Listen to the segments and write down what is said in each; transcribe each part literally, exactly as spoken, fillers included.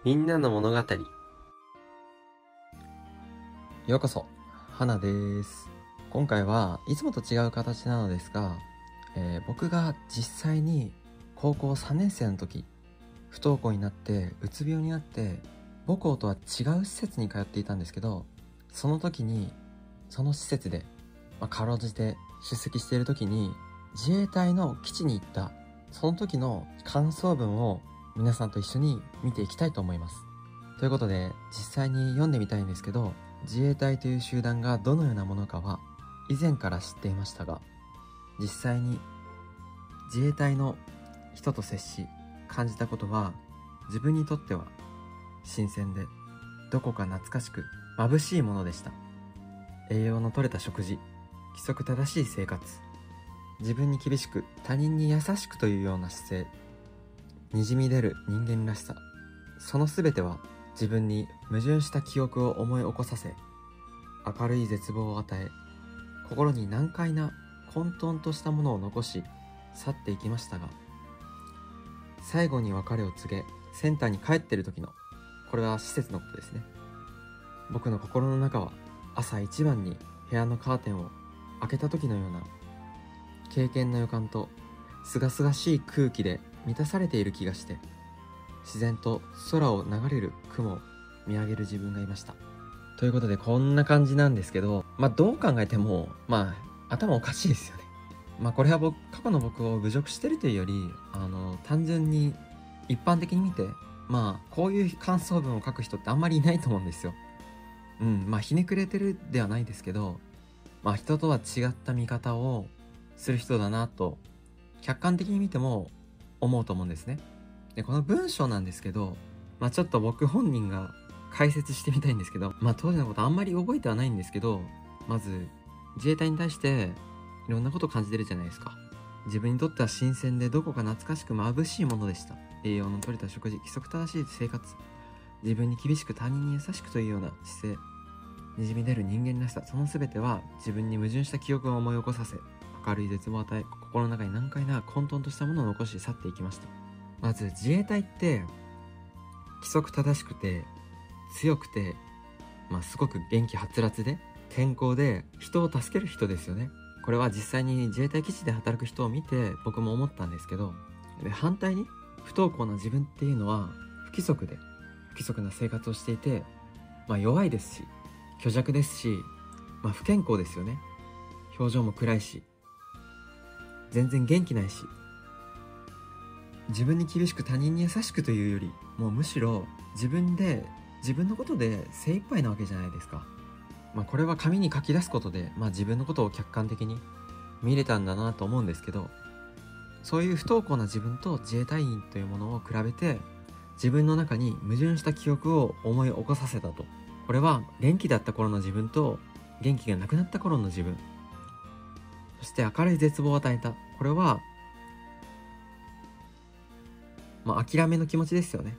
みんなの物語。 ようこそ、花です。今回はいつもと違う形なのですが、えー僕が実際に高校さんねん生の時、不登校になってうつ病になって母校とは違う施設に通っていたんですけど、その時にその施設で、まあ、かろうじて出席している時に自衛隊の基地に行ったその時の感想文を皆さんと一緒に見ていきたいと思います。ということで実際に読んでみたいんですけど、自衛隊という集団がどのようなものかは以前から知っていましたが、実際に自衛隊の人と接し感じたことは、自分にとっては新鮮でどこか懐かしく眩しいものでした。栄養の取れた食事、規則正しい生活、自分に厳しく他人に優しくというような姿勢、にじみ出る人間らしさ、その全ては自分に矛盾した記憶を思い起こさせ、明るい絶望を与え、心に難解な混沌としたものを残し去っていきましたが、最後に別れを告げセンターに帰っている時の、これは施設のことですね。僕の心の中は朝一番に部屋のカーテンを開けた時のような経験の予感と清々しい空気で満たされている気がして、自然と空を流れる雲を見上げる自分がいました。ということでこんな感じなんですけど、まあどう考えてもまあ頭おかしいですよね。まあこれは僕過去の僕を侮辱してるというより、あの単純に一般的に見て、まあこういう感想文を書く人ってあんまりいないと思うんですよ。うん、まあひねくれてるではないですけど、まあ人とは違った見方をする人だなと客観的に見ても思うと思うんですね。でこの文章なんですけど、まあちょっと僕本人が解説してみたいんですけど、まあ当時のことあんまり覚えてはないんですけど、まず自衛隊に対していろんなことを感じてるじゃないですか。自分にとっては新鮮でどこか懐かしく眩しいものでした。栄養の取れた食事、規則正しい生活、自分に厳しく他人に優しくというような姿勢、にじみ出る人間らしさ、その全ては自分に矛盾した記憶を思い起こさせ、明るい絶望を与え、心の中に難解な混沌としたものを残し去っていきました。まず自衛隊って規則正しくて強くて、まあすごく元気はつらつで健康で人を助ける人ですよね。これは実際に自衛隊基地で働く人を見て僕も思ったんですけど、で反対に不登校な自分っていうのは不規則で不規則な生活をしていて、まあ弱いですし虚弱ですし、まあ不健康ですよね。表情も暗いし全然元気ないし、自分に厳しく他人に優しくというよりもうむしろ自分で自分のことで精一杯なわけじゃないですか。まあこれは紙に書き出すことで、まあ、自分のことを客観的に見れたんだなと思うんですけど、そういう不登校な自分と自衛隊員というものを比べて自分の中に矛盾した記憶を思い起こさせたと。これは元気だった頃の自分と元気がなくなった頃の自分、そして明るい絶望を与えた。これはまあ諦めの気持ちですよね。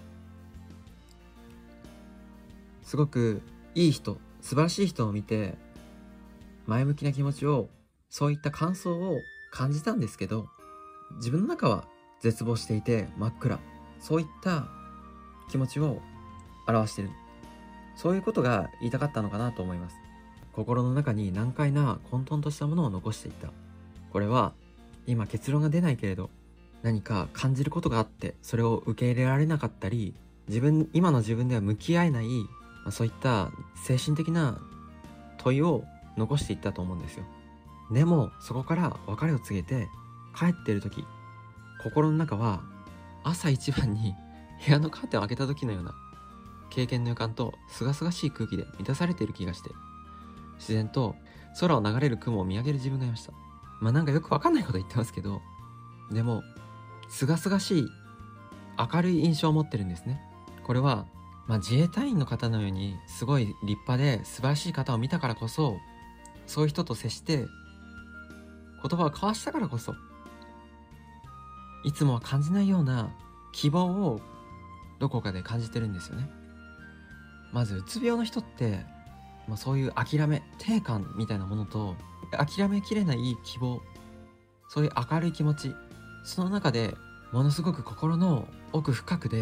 すごくいい人、素晴らしい人を見て前向きな気持ちを、そういった感想を感じたんですけど、自分の中は絶望していて真っ暗、そういった気持ちを表している。そういうことが言いたかったのかなと思います。心の中に難解な混沌としたものを残していた。これは今結論が出ないけれど、何か感じることがあってそれを受け入れられなかったり、自分今の自分では向き合えない、まあ、そういった精神的な問いを残していったと思うんですよ。でもそこから別れを告げて帰っている時、心の中は朝一番に部屋のカーテンを開けた時のような経験の予感と清々しい空気で満たされている気がして、自然と空を流れる雲を見上げる自分がいました。まあなんかよくわかんないこと言ってますけど、でも清々しい明るい印象を持ってるんですね。これは、まあ、自衛隊員の方のようにすごい立派で素晴らしい方を見たからこそ、そういう人と接して言葉を交わしたからこそ、いつもは感じないような希望をどこかで感じてるんですよね。まずうつ病の人って、まあ、そういう諦め定感みたいなものと諦めきれない希望、そういう明るい気持ち、その中でものすごく心の奥深くで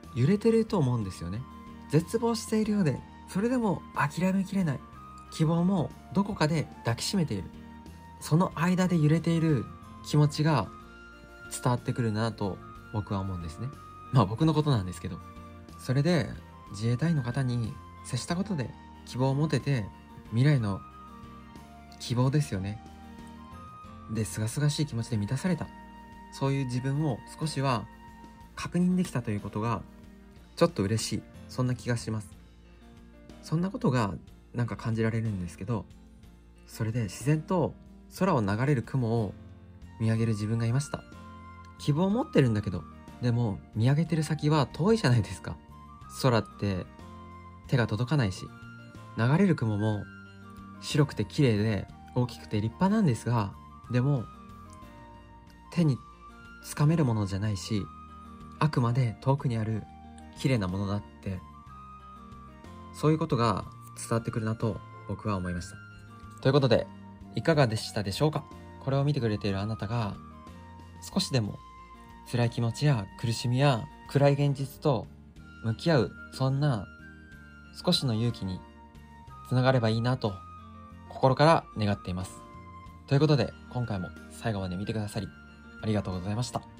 揺れてると思うんですよね。絶望しているようで、それでも諦めきれない。希望もどこかで抱きしめている。その間で揺れている気持ちが伝わってくるなと僕は思うんですね。まあ僕のことなんですけど。それで自衛隊員の方に接したことで希望を持てて、未来の希望ですよね。で、清々しい気持ちで満たされた。そういう自分を少しは確認できたということがちょっと嬉しい。そんな気がします。そんなことがなんか感じられるんですけど、それで自然と空を流れる雲を見上げる自分がいました。希望を持ってるんだけど、でも見上げてる先は遠いじゃないですか。空って手が届かないし、流れる雲も白くて綺麗で大きくて立派なんですが、でも手につかめるものじゃないし、あくまで遠くにある綺麗なものだって、そういうことが伝わってくるなと僕は思いました。ということで、いかがでしたでしょうか。これを見てくれているあなたが少しでも辛い気持ちや苦しみや暗い現実と向き合う、そんな少しの勇気につながればいいなと心から願っています。ということで、今回も最後まで見てくださりありがとうございました。